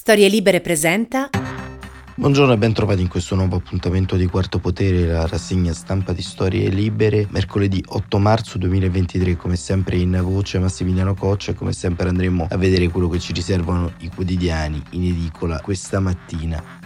Storie Libere presenta. Buongiorno e ben trovati in questo nuovo appuntamento di Quarto Potere, la rassegna stampa di Storie Libere, mercoledì 8 marzo 2023, come sempre in voce Massimiliano Coccia, e come sempre andremo a vedere quello che ci riservano i quotidiani in edicola questa mattina.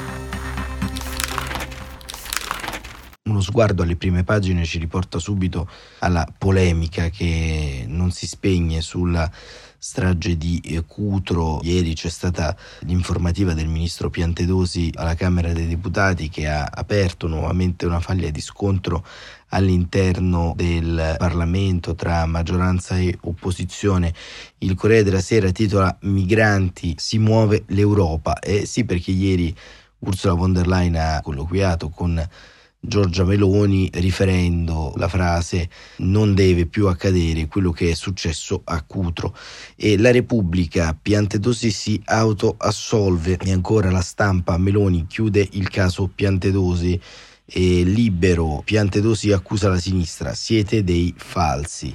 Uno sguardo alle prime pagine ci riporta subito alla polemica che non si spegne sulla strage di Cutro. Ieri c'è stata l'informativa del ministro Piantedosi alla Camera dei Deputati, che ha aperto nuovamente una faglia di scontro all'interno del Parlamento tra maggioranza e opposizione. Il Corriere della Sera titola "Migranti, si muove l'Europa". Sì, perché ieri Ursula von der Leyen ha colloquiato con Giorgia Meloni, riferendo la frase "non deve più accadere quello che è successo a Cutro". E la Repubblica: Piantedosi si autoassolve. E ancora La Stampa: Meloni chiude il caso Piantedosi. E Libero: Piantedosi accusa la sinistra, siete dei falsi.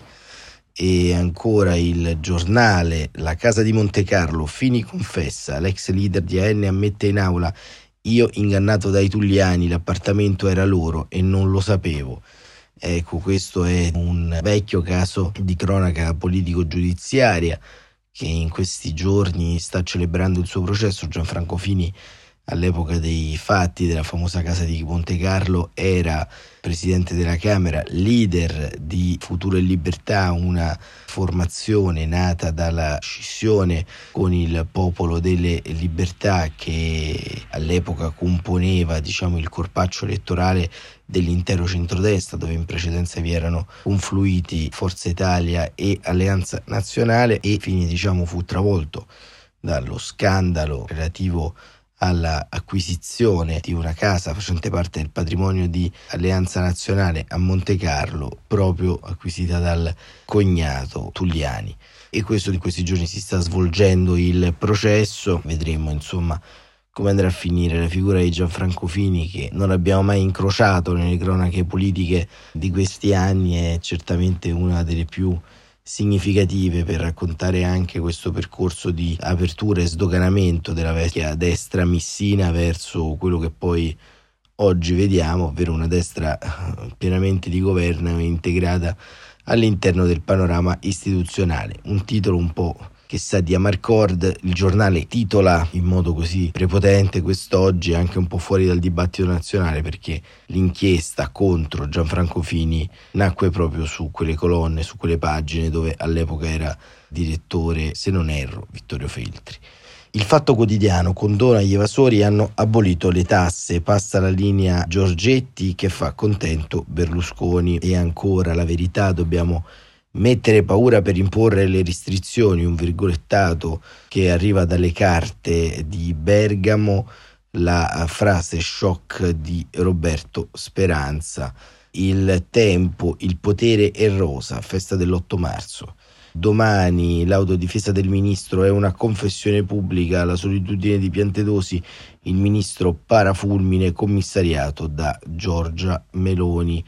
E ancora Il Giornale: la casa di Montecarlo, Fini confessa, l'ex leader di AN ammette in aula: io ingannato dai Tulliani, l'appartamento era loro e non lo sapevo. Ecco, questo è un vecchio caso di cronaca politico-giudiziaria che in questi giorni sta celebrando il suo processo. Gianfranco Fini, all'epoca dei fatti della famosa casa di Montecarlo, era presidente della Camera, leader di Futuro e Libertà, una formazione nata dalla scissione con il Popolo delle Libertà, che all'epoca componeva, il corpaccio elettorale dell'intero centrodestra, dove in precedenza vi erano confluiti Forza Italia e Alleanza Nazionale. E Fini, fu travolto dallo scandalo relativo alla acquisizione di una casa facente parte del patrimonio di Alleanza Nazionale a Montecarlo, proprio acquisita dal cognato Tulliani. E questo in questi giorni si sta svolgendo il processo. Vedremo come andrà a finire la figura di Gianfranco Fini, che non abbiamo mai incrociato nelle cronache politiche di questi anni. È certamente una delle più significative per raccontare anche questo percorso di apertura e sdoganamento della vecchia destra missina verso quello che poi oggi vediamo, ovvero una destra pienamente di governo e integrata all'interno del panorama istituzionale. Un titolo un po' che sa di Amarcord. Il Giornale titola in modo così prepotente quest'oggi, anche un po' fuori dal dibattito nazionale, perché l'inchiesta contro Gianfranco Fini nacque proprio su quelle colonne, su quelle pagine dove all'epoca era direttore, se non erro, Vittorio Feltri. Il Fatto Quotidiano: condona gli evasori, hanno abolito le tasse, passa la linea Giorgetti che fa contento Berlusconi. E ancora La Verità: dobbiamo mettere paura per imporre le restrizioni, un virgolettato che arriva dalle carte di Bergamo, la frase shock di Roberto Speranza. Il Tempo: il potere è rosa, festa dell'8 marzo. Domani: l'autodifesa del ministro è una confessione pubblica, la solitudine di Piantedosi, il ministro parafulmine commissariato da Giorgia Meloni.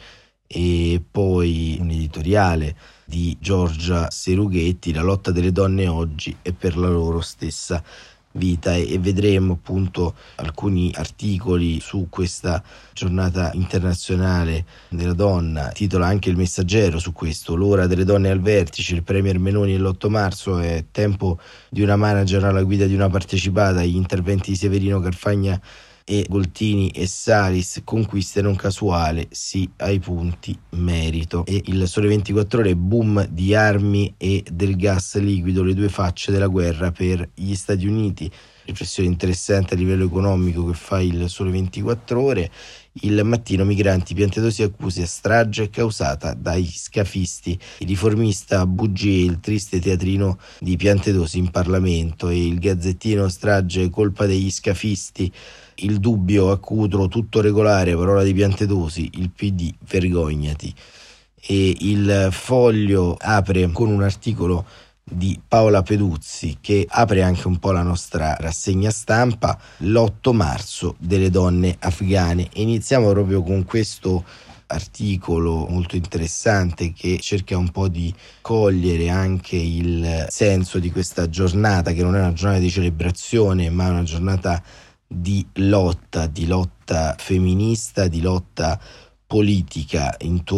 E poi un editoriale di Giorgia Serughetti: la lotta delle donne oggi è per la loro stessa vita. E vedremo appunto alcuni articoli su questa giornata internazionale della donna. Titola anche Il Messaggero su questo: l'ora delle donne al vertice, il premier Meloni l'8 marzo, è tempo di una manager alla guida di una partecipata, gli interventi di Severino, Carfagna e Goltini e Salis, conquiste non casuale, sì ai punti merito. E Il Sole 24 Ore: boom di armi e del gas liquido, le due facce della guerra per gli Stati Uniti. Riflessione interessante a livello economico che fa Il Sole 24 Ore. Il Mattino: migranti, Piantedosi accusa strage causata dai scafisti. Il Riformista: bugie, il triste teatrino di Piantedosi in Parlamento. E Il Gazzettino: strage, colpa degli scafisti. Il Dubbio: a Cutro tutto regolare, parola di Piantedosi, il PD vergognati. E Il Foglio apre con un articolo di Paola Peduzzi che apre anche un po' la nostra rassegna stampa: l'8 marzo delle donne afghane. E iniziamo proprio con questo articolo molto interessante che cerca un po' di cogliere anche il senso di questa giornata, che non è una giornata di celebrazione, ma è una giornata di lotta femminista, di lotta politica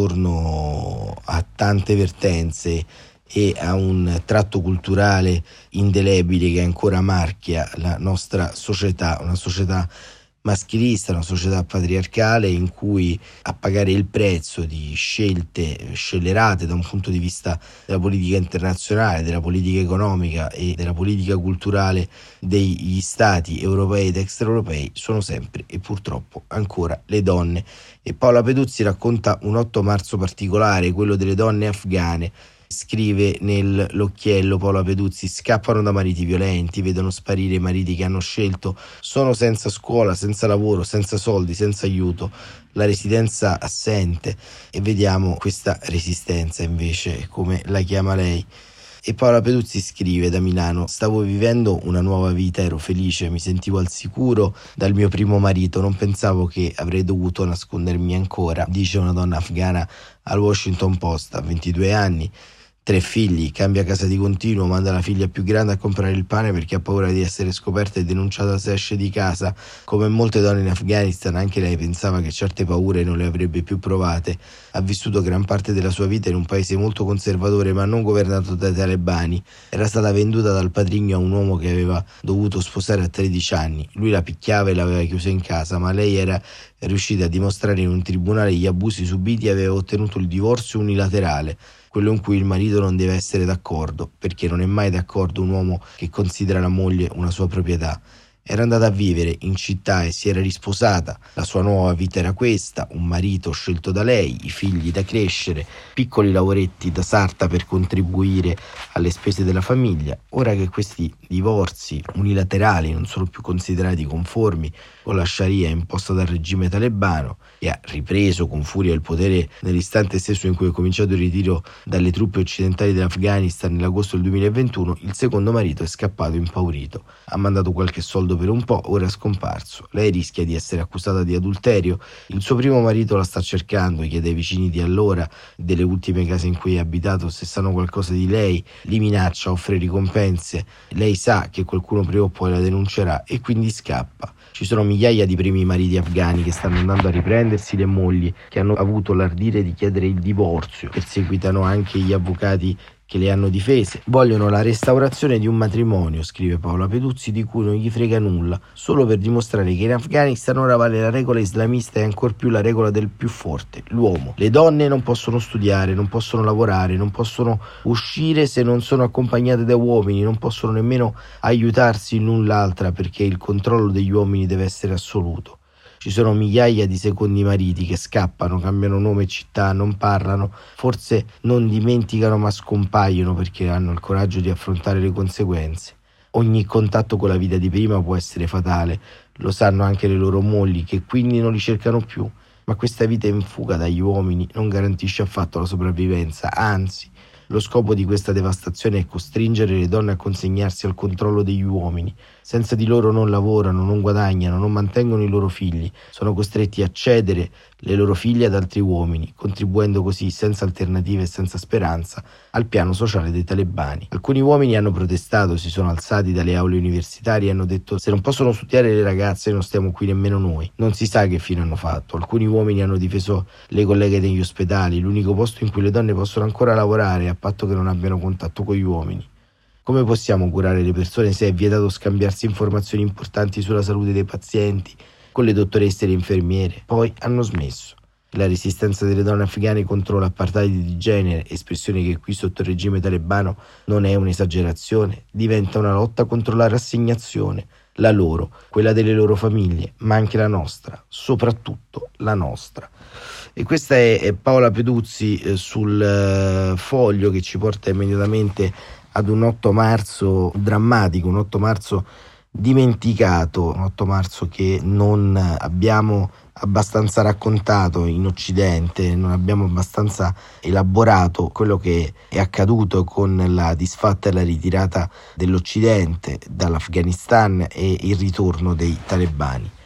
intorno a tante vertenze e a un tratto culturale indelebile che ancora marchia la nostra società, una società maschilista, una società patriarcale in cui a pagare il prezzo di scelte scellerate da un punto di vista della politica internazionale, della politica economica e della politica culturale degli stati europei ed extraeuropei sono sempre e purtroppo ancora le donne. E Paola Peduzzi racconta un 8 marzo particolare, quello delle donne afghane. Scrive nell'occhiello Paola Peduzzi: scappano da mariti violenti, vedono sparire i mariti che hanno scelto, sono senza scuola, senza lavoro, senza soldi, senza aiuto, la residenza assente, e vediamo questa resistenza invece come la chiama lei. E Paola Peduzzi scrive da Milano: stavo vivendo una nuova vita, ero felice, mi sentivo al sicuro dal mio primo marito, non pensavo che avrei dovuto nascondermi ancora, dice una donna afghana al Washington Post. A 22 anni, 3 figli, cambia casa di continuo, manda la figlia più grande a comprare il pane perché ha paura di essere scoperta e denunciata se esce di casa. Come molte donne in Afghanistan, anche lei pensava che certe paure non le avrebbe più provate. Ha vissuto gran parte della sua vita in un paese molto conservatore ma non governato dai talebani. Era stata venduta dal patrigno a un uomo che aveva dovuto sposare a 13 anni. Lui la picchiava e l'aveva chiusa in casa, ma lei era riuscita a dimostrare in un tribunale gli abusi subiti e aveva ottenuto il divorzio unilaterale, quello in cui il marito non deve essere d'accordo, perché non è mai d'accordo un uomo che considera la moglie una sua proprietà. Era andata a vivere in città e si era risposata. La sua nuova vita era questa: un marito scelto da lei, i figli da crescere, piccoli lavoretti da sarta per contribuire alle spese della famiglia. Ora che questi divorzi unilaterali non sono più considerati conformi con la Sharia imposta dal regime talebano, e ha ripreso con furia il potere nell'istante stesso in cui è cominciato il ritiro dalle truppe occidentali dell'Afghanistan nell'agosto del 2021, il secondo marito è scappato impaurito. Ha mandato qualche soldo per un po', ora è scomparso. Lei rischia di essere accusata di adulterio. Il suo primo marito la sta cercando, chiede ai vicini di allora, delle ultime case in cui è abitato, se sanno qualcosa di lei, li minaccia, offre ricompense. Lei sa che qualcuno prima o poi la denuncerà e quindi scappa. Ci sono migliaia di primi mariti afghani che stanno andando a riprendersi le mogli che hanno avuto l'ardire di chiedere il divorzio. Perseguitano anche gli avvocati che le hanno difese. Vogliono la restaurazione di un matrimonio, scrive Paola Peduzzi, di cui non gli frega nulla, solo per dimostrare che in Afghanistan ora vale la regola islamista e ancor più la regola del più forte, l'uomo. Le donne non possono studiare, non possono lavorare, non possono uscire se non sono accompagnate da uomini, non possono nemmeno aiutarsi l'un l'altra perché il controllo degli uomini deve essere assoluto. Ci sono migliaia di secondi mariti che scappano, cambiano nome e città, non parlano, forse non dimenticano ma scompaiono perché hanno il coraggio di affrontare le conseguenze. Ogni contatto con la vita di prima può essere fatale, lo sanno anche le loro mogli, che quindi non li cercano più, ma questa vita in fuga dagli uomini non garantisce affatto la sopravvivenza, anzi. Lo scopo di questa devastazione è costringere le donne a consegnarsi al controllo degli uomini. Senza di loro non lavorano, non guadagnano, non mantengono i loro figli. Sono costretti a cedere le loro figlie ad altri uomini, contribuendo così, senza alternative e senza speranza, al piano sociale dei talebani. Alcuni uomini hanno protestato, si sono alzati dalle aule universitarie e hanno detto: se non possono studiare le ragazze non stiamo qui nemmeno noi. Non si sa che fine hanno fatto. Alcuni uomini hanno difeso le colleghe negli ospedali, l'unico posto in cui le donne possono ancora lavorare a patto che non abbiano contatto con gli uomini. Come possiamo curare le persone se è vietato scambiarsi informazioni importanti sulla salute dei pazienti con le dottoresse e le infermiere? Poi hanno smesso. La resistenza delle donne afghane contro l'apartheid di genere, espressione che qui sotto il regime talebano non è un'esagerazione, diventa una lotta contro la rassegnazione, la loro, quella delle loro famiglie, ma anche la nostra, soprattutto la nostra. E questa è Paola Peduzzi sul Foglio, che ci porta immediatamente ad un 8 marzo drammatico, un 8 marzo dimenticato, un 8 marzo che non abbiamo abbastanza raccontato in Occidente, non abbiamo abbastanza elaborato quello che è accaduto con la disfatta e la ritirata dell'Occidente dall'Afghanistan e il ritorno dei talebani.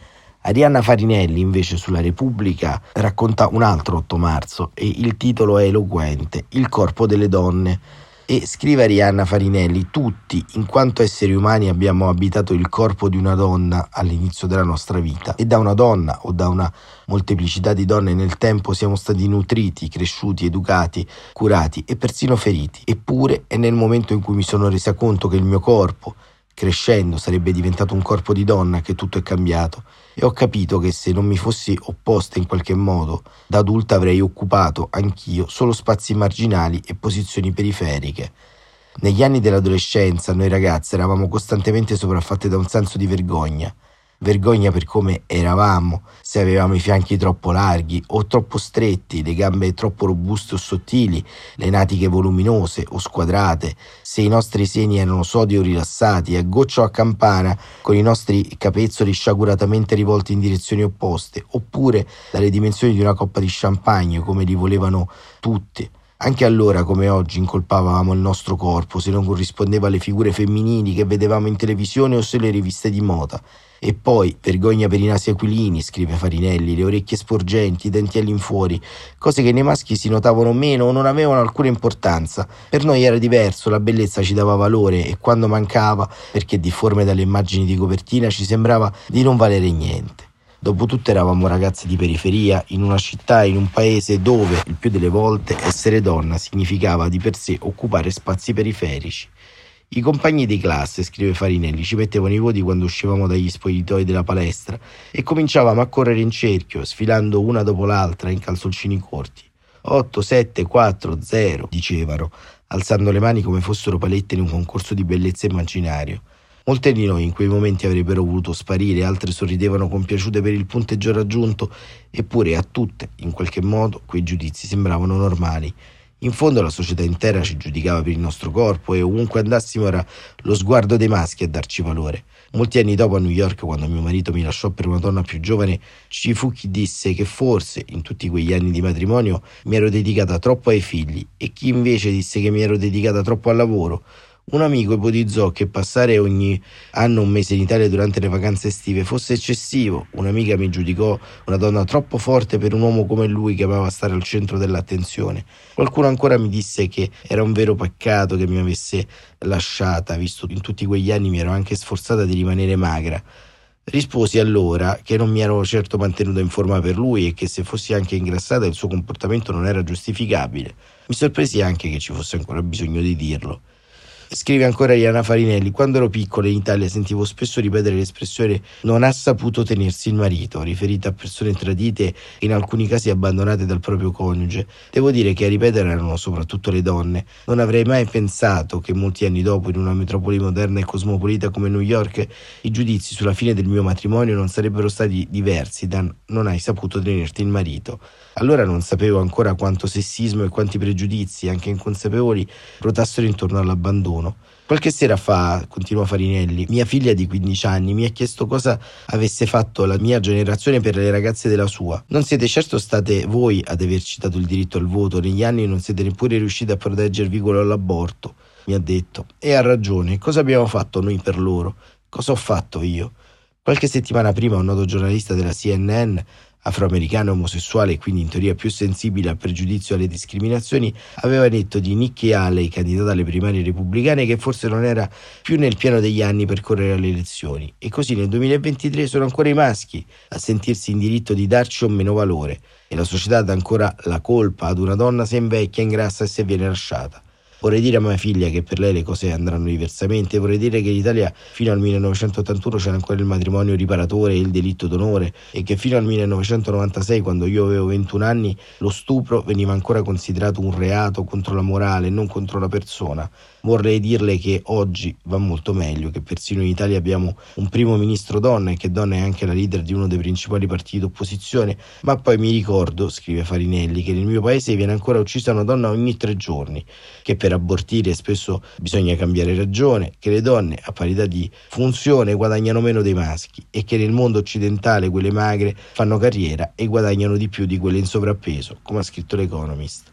Arianna Farinelli invece sulla Repubblica racconta un altro 8 marzo e il titolo è eloquente: Il corpo delle donne. E scrive Arianna Farinelli: tutti, in quanto esseri umani, abbiamo abitato il corpo di una donna all'inizio della nostra vita, e da una donna o da una molteplicità di donne nel tempo siamo stati nutriti, cresciuti, educati, curati e persino feriti. Eppure è nel momento in cui mi sono resa conto che il mio corpo, crescendo, sarebbe diventato un corpo di donna, che tutto è cambiato, e ho capito che se non mi fossi opposta in qualche modo, da adulta avrei occupato anch'io solo spazi marginali e posizioni periferiche. Negli anni dell'adolescenza noi ragazze eravamo costantemente sopraffatte da un senso di vergogna. Vergogna per come eravamo, se avevamo i fianchi troppo larghi o troppo stretti, le gambe troppo robuste o sottili, le natiche voluminose o squadrate, se i nostri seni erano sodi o rilassati, a goccia o a campana, con i nostri capezzoli sciaguratamente rivolti in direzioni opposte, oppure dalle dimensioni di una coppa di champagne, come li volevano tutti. Anche allora, come oggi, incolpavamo il nostro corpo se non corrispondeva alle figure femminili che vedevamo in televisione o sulle riviste di moda. E poi, vergogna per i nasi aquilini, scrive Farinelli, le orecchie sporgenti, i denti all'infuori, cose che nei maschi si notavano meno o non avevano alcuna importanza. Per noi era diverso, la bellezza ci dava valore e quando mancava, perché difforme dalle immagini di copertina, ci sembrava di non valere niente. Dopotutto eravamo ragazzi di periferia, in una città, in un paese dove, il più delle volte, essere donna significava di per sé occupare spazi periferici. I compagni di classe, scrive Farinelli, ci mettevano i voti quando uscivamo dagli spogliatoi della palestra e cominciavamo a correre in cerchio, sfilando una dopo l'altra in calzoncini corti. 8, 7, 4, 0, dicevano, alzando le mani come fossero palette in un concorso di bellezza immaginario. Molte di noi in quei momenti avrebbero voluto sparire, altre sorridevano compiaciute per il punteggio raggiunto, eppure a tutte, in qualche modo, quei giudizi sembravano normali. In fondo la società intera ci giudicava per il nostro corpo e ovunque andassimo era lo sguardo dei maschi a darci valore. Molti anni dopo a New York, quando mio marito mi lasciò per una donna più giovane, ci fu chi disse che forse in tutti quegli anni di matrimonio mi ero dedicata troppo ai figli e chi invece disse che mi ero dedicata troppo al lavoro. Un amico ipotizzò che passare ogni anno un mese in Italia durante le vacanze estive fosse eccessivo. Un'amica mi giudicò una donna troppo forte per un uomo come lui che amava stare al centro dell'attenzione. Qualcuno ancora mi disse che era un vero peccato che mi avesse lasciata, visto che in tutti quegli anni mi ero anche sforzata di rimanere magra. Risposi allora che non mi ero certo mantenuta in forma per lui e che se fossi anche ingrassata il suo comportamento non era giustificabile. Mi sorpresi anche che ci fosse ancora bisogno di dirlo. Scrive ancora Arianna Farinelli: quando ero piccola in Italia sentivo spesso ripetere l'espressione "non ha saputo tenersi il marito", riferita a persone tradite e in alcuni casi abbandonate dal proprio coniuge. Devo dire che a ripetere erano soprattutto le donne. Non avrei mai pensato che molti anni dopo, in una metropoli moderna e cosmopolita come New York, i giudizi sulla fine del mio matrimonio non sarebbero stati diversi da "non hai saputo tenerti il marito". Allora non sapevo ancora quanto sessismo e quanti pregiudizi, anche inconsapevoli, ruotassero intorno all'abbandono. Qualche sera fa, continua Farinelli, mia figlia di 15 anni mi ha chiesto cosa avesse fatto la mia generazione per le ragazze della sua. Non siete certo state voi ad averci dato il diritto al voto, negli anni non siete neppure riusciti a proteggervi con l'aborto, mi ha detto. E ha ragione, cosa abbiamo fatto noi per loro? Cosa ho fatto io? Qualche settimana prima un noto giornalista della CNN, afroamericano omosessuale e quindi in teoria più sensibile al pregiudizio e alle discriminazioni, aveva detto di Nikki Haley, candidata alle primarie repubblicane, che forse non era più nel pieno degli anni per correre alle elezioni. E così nel 2023 sono ancora i maschi a sentirsi in diritto di darci o meno valore e la società dà ancora la colpa ad una donna se invecchia, ingrassa e se viene lasciata. Vorrei dire a mia figlia che per lei le cose andranno diversamente, vorrei dire che in Italia fino al 1981 c'era ancora il matrimonio riparatore e il delitto d'onore e che fino al 1996, quando io avevo 21 anni, lo stupro veniva ancora considerato un reato contro la morale e non contro la persona. Vorrei dirle che oggi va molto meglio, che persino in Italia abbiamo un primo ministro donna e che donna è anche la leader di uno dei principali partiti d'opposizione, ma poi mi ricordo, scrive Farinelli, che nel mio paese viene ancora uccisa una donna ogni 3 giorni, che per abortire spesso bisogna cambiare ragione, che le donne a parità di funzione guadagnano meno dei maschi e che nel mondo occidentale quelle magre fanno carriera e guadagnano di più di quelle in sovrappeso, come ha scritto l'Economist.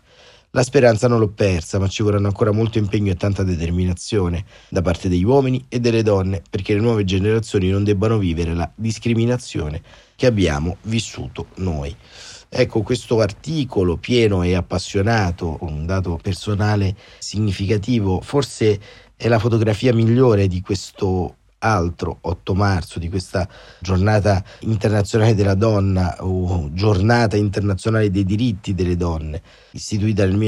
La speranza non l'ho persa, ma ci vorranno ancora molto impegno e tanta determinazione da parte degli uomini e delle donne perché le nuove generazioni non debbano vivere la discriminazione che abbiamo vissuto noi. Ecco, questo articolo pieno e appassionato, con un dato personale significativo, forse è la fotografia migliore di questo altro 8 marzo, di questa giornata internazionale della donna o giornata internazionale dei diritti delle donne, istituita nel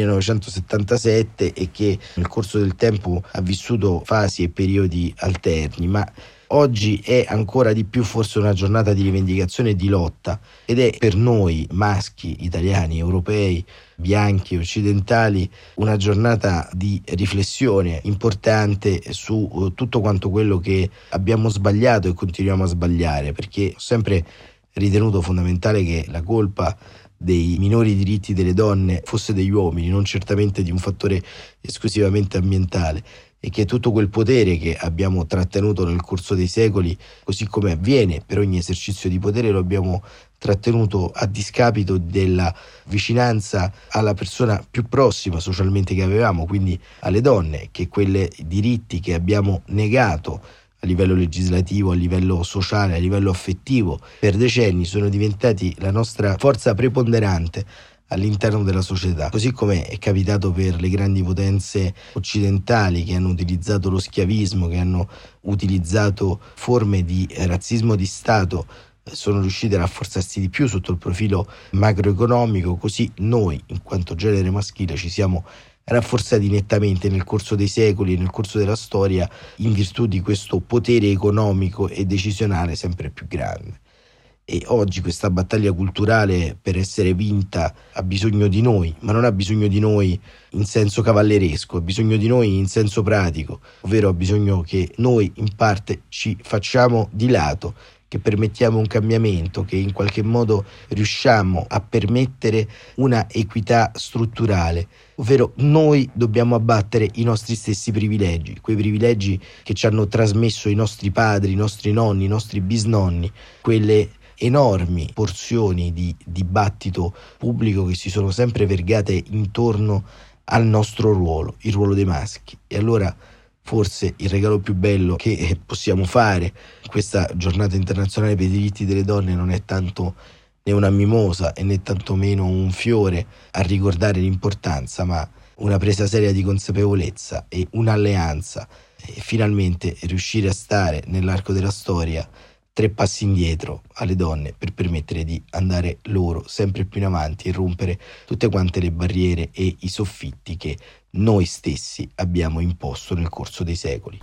1977 e che nel corso del tempo ha vissuto fasi e periodi alterni, ma oggi è ancora di più forse una giornata di rivendicazione e di lotta, ed è per noi maschi, italiani, europei, bianchi, occidentali, una giornata di riflessione importante su tutto quanto quello che abbiamo sbagliato e continuiamo a sbagliare, perché ho sempre ritenuto fondamentale che la colpa dei minori diritti delle donne fosse degli uomini, non certamente di un fattore esclusivamente ambientale, e che tutto quel potere che abbiamo trattenuto nel corso dei secoli, così come avviene per ogni esercizio di potere, lo abbiamo trattenuto a discapito della vicinanza alla persona più prossima socialmente che avevamo, quindi alle donne, che quei diritti che abbiamo negato a livello legislativo, a livello sociale, a livello affettivo, per decenni sono diventati la nostra forza preponderante all'interno della società, così come è capitato per le grandi potenze occidentali che hanno utilizzato lo schiavismo, che hanno utilizzato forme di razzismo di Stato, sono riuscite a rafforzarsi di più sotto il profilo macroeconomico. Così noi, in quanto genere maschile, ci siamo rafforzati nettamente nel corso dei secoli e nel corso della storia in virtù di questo potere economico e decisionale sempre più grande. E oggi questa battaglia culturale, per essere vinta, ha bisogno di noi, ma non ha bisogno di noi in senso cavalleresco, ha bisogno di noi in senso pratico, ovvero ha bisogno che noi in parte ci facciamo di lato, che permettiamo un cambiamento, che in qualche modo riusciamo a permettere una equità strutturale, ovvero noi dobbiamo abbattere i nostri stessi privilegi, quei privilegi che ci hanno trasmesso i nostri padri, i nostri nonni, i nostri bisnonni, quelle enormi porzioni di dibattito pubblico che si sono sempre vergate intorno al nostro ruolo, il ruolo dei maschi. E allora forse il regalo più bello che possiamo fare in questa giornata internazionale per i diritti delle donne non è tanto né una mimosa e né tantomeno un fiore a ricordare l'importanza, ma una presa seria di consapevolezza e un'alleanza, e finalmente riuscire a stare nell'arco della storia 3 passi indietro alle donne per permettere di andare loro sempre più in avanti e rompere tutte quante le barriere e i soffitti che noi stessi abbiamo imposto nel corso dei secoli.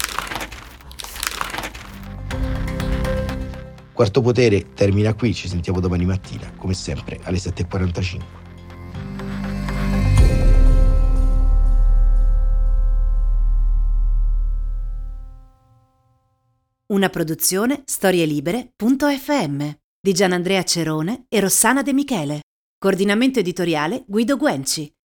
Quarto Potere termina qui, ci sentiamo domani mattina, come sempre alle 7:45. Una produzione storielibere.fm di Gianandrea Cerone e Rossana De Michele. Coordinamento editoriale Guido Guenci.